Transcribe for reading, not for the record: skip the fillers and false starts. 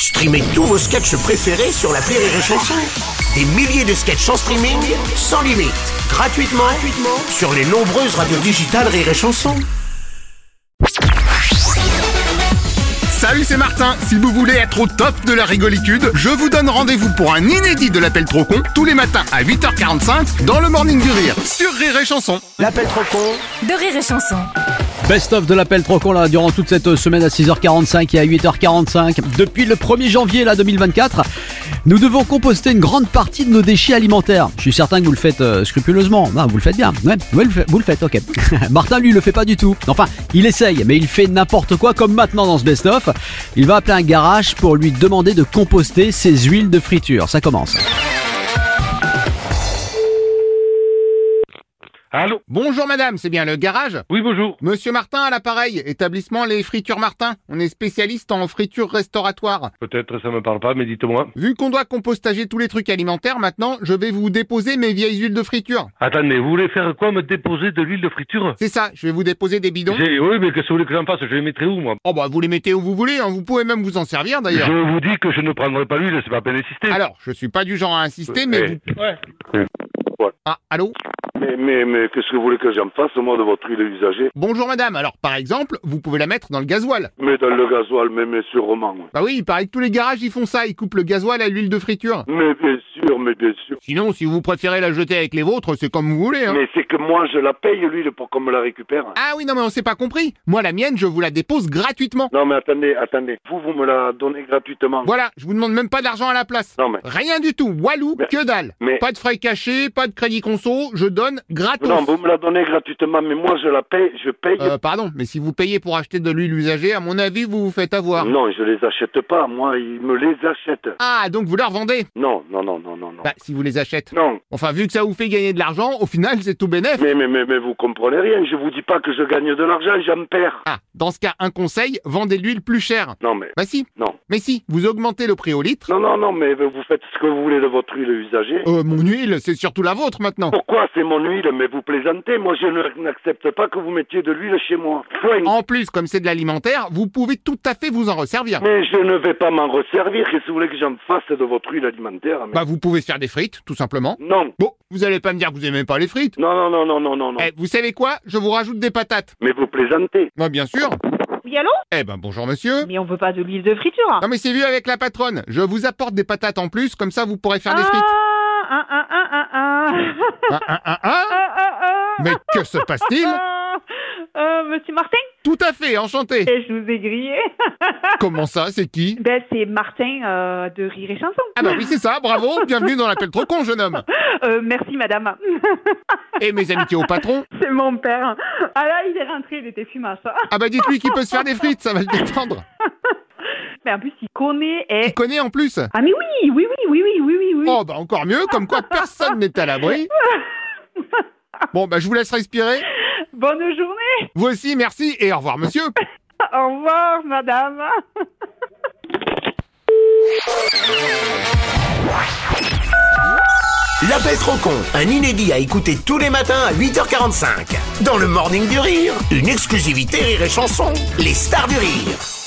Streamez tous vos sketchs préférés sur l'appli Rire et Chanson. Des milliers de sketchs en streaming, sans limite, gratuitement sur les nombreuses radios digitales Rire et Chanson. Salut, c'est Martin. Si vous voulez être au top de la rigolitude, je vous donne rendez-vous pour un inédit de l'appel trop con tous les matins à 8h45 dans le Morning du Rire sur Rire et Chanson. L'appel trop con de Rire et Chanson. Best-of de l'appel trop con là, durant toute cette semaine à 6h45 et à 8h45. Depuis le 1er janvier là, 2024, nous devons composter une grande partie de nos déchets alimentaires. Je suis certain que vous le faites scrupuleusement. Ah, vous le faites bien. Ouais, vous le faites, ok. Martin, lui, le fait pas du tout. Enfin, il essaye, mais il fait n'importe quoi comme maintenant dans ce best-of. Il va appeler un garage pour lui demander de composter ses huiles de friture. Ça commence. Allô? Bonjour madame, c'est bien le garage? Oui, bonjour. Monsieur Martin à l'appareil, établissement Les Fritures Martin. On est spécialiste en fritures restauratoires. Peut-être ça me parle pas, mais dites-moi. Vu qu'on doit compostager tous les trucs alimentaires, maintenant, je vais vous déposer mes vieilles huiles de friture. Attendez, vous voulez faire quoi, me déposer de l'huile de friture? C'est ça, je vais vous déposer des bidons. Oui, mais qu'est-ce que vous voulez que j'en fasse? Je les mettrai où, moi? Oh bah vous les mettez où vous voulez, hein. Vous pouvez même vous en servir d'ailleurs. Je vous dis que je ne prendrai pas l'huile, c'est pas peine d'insister. Alors, je suis pas du genre à insister, mais vous... Ouais. Ah, allô? Mais qu'est-ce que vous voulez que j'en fasse, moi, de votre huile usagée? Bonjour madame, alors par exemple, vous pouvez la mettre dans le gasoil. Mais dans le gasoil, mais sûrement. Bah oui, il paraît que tous les garages ils font ça, ils coupent le gasoil à l'huile de friture. Mais bien sûr. Sinon, si vous préférez la jeter avec les vôtres, c'est comme vous voulez, hein. Mais c'est que moi, je la paye, l'huile, pour qu'on me la récupère. Ah oui, non mais on s'est pas compris. Moi, la mienne, je vous la dépose gratuitement. Non, mais attendez. Vous me la donnez gratuitement. Voilà, je vous demande même pas d'argent à la place. Non, mais... Rien du tout, walou, que dalle. Mais... Pas de frais cachés, pas de crédit conso, je donne gratos. Non, vous me la donnez gratuitement, mais moi, je la paye, je paye... Pardon, mais si vous payez pour acheter de l'huile usagée, à mon avis, vous vous faites avoir. Non, je les achète pas, moi, ils me les achètent. Ah, donc vous leur vendez? Non. Bah, si vous les achetez. Non. Enfin, vu que ça vous fait gagner de l'argent, au final, c'est tout bénef. Mais vous comprenez rien, je vous dis pas que je gagne de l'argent, j'en perds. Ah, dans ce cas, un conseil, vendez l'huile plus chère. Non, mais... Bah si. Non. Mais si, vous augmentez le prix au litre. Non, mais vous faites ce que vous voulez de votre huile usagée. Mon huile, c'est surtout la vôtre maintenant. Pourquoi c'est mon huile? Mais vous plaisantez, moi je n'accepte pas que vous mettiez de l'huile chez moi. Point. En plus, comme c'est de l'alimentaire, vous pouvez tout à fait vous en resservir. Mais je ne vais pas m'en resservir, qu'est-ce que vous voulez que j'en fasse de votre huile alimentaire? Mais... Bah vous pouvez faire des frites, tout simplement. Non. Bon, vous allez pas me dire que vous aimez pas les frites. Non. Eh, vous savez quoi? Je vous rajoute des patates. Mais vous plaisantez. Bah bien sûr. Oui, allô? Eh ben bonjour monsieur. Mais on veut pas de l'huile de friture. Non mais c'est vu avec la patronne. Je vous apporte des patates en plus, comme ça vous pourrez faire des frites. Mais que se passe-t-il? Monsieur Martin? Tout à fait, enchanté. Et je vous ai grillé. Comment ça, c'est qui? Ben, c'est Martin de Rire et Chanson. Ah bah oui, c'est ça, bravo. Bienvenue dans l'appel trop con, jeune homme. Merci, madame. Et mes amitiés au patron? C'est mon père. Ah là, il est rentré, il était fumasse. Ah bah dites-lui qu'il peut se faire des frites, ça va le détendre. Mais en plus, il connaît et... Il connaît en plus. Ah mais oui. Oh bah encore mieux, comme quoi personne n'est à l'abri. Bon bah je vous laisse respirer. Bonne journée. Vous aussi, merci et au revoir monsieur. Au revoir, madame. L'appel trop con, un inédit à écouter tous les matins à 8h45. Dans le Morning du Rire, une exclusivité Rire et Chanson, les stars du rire.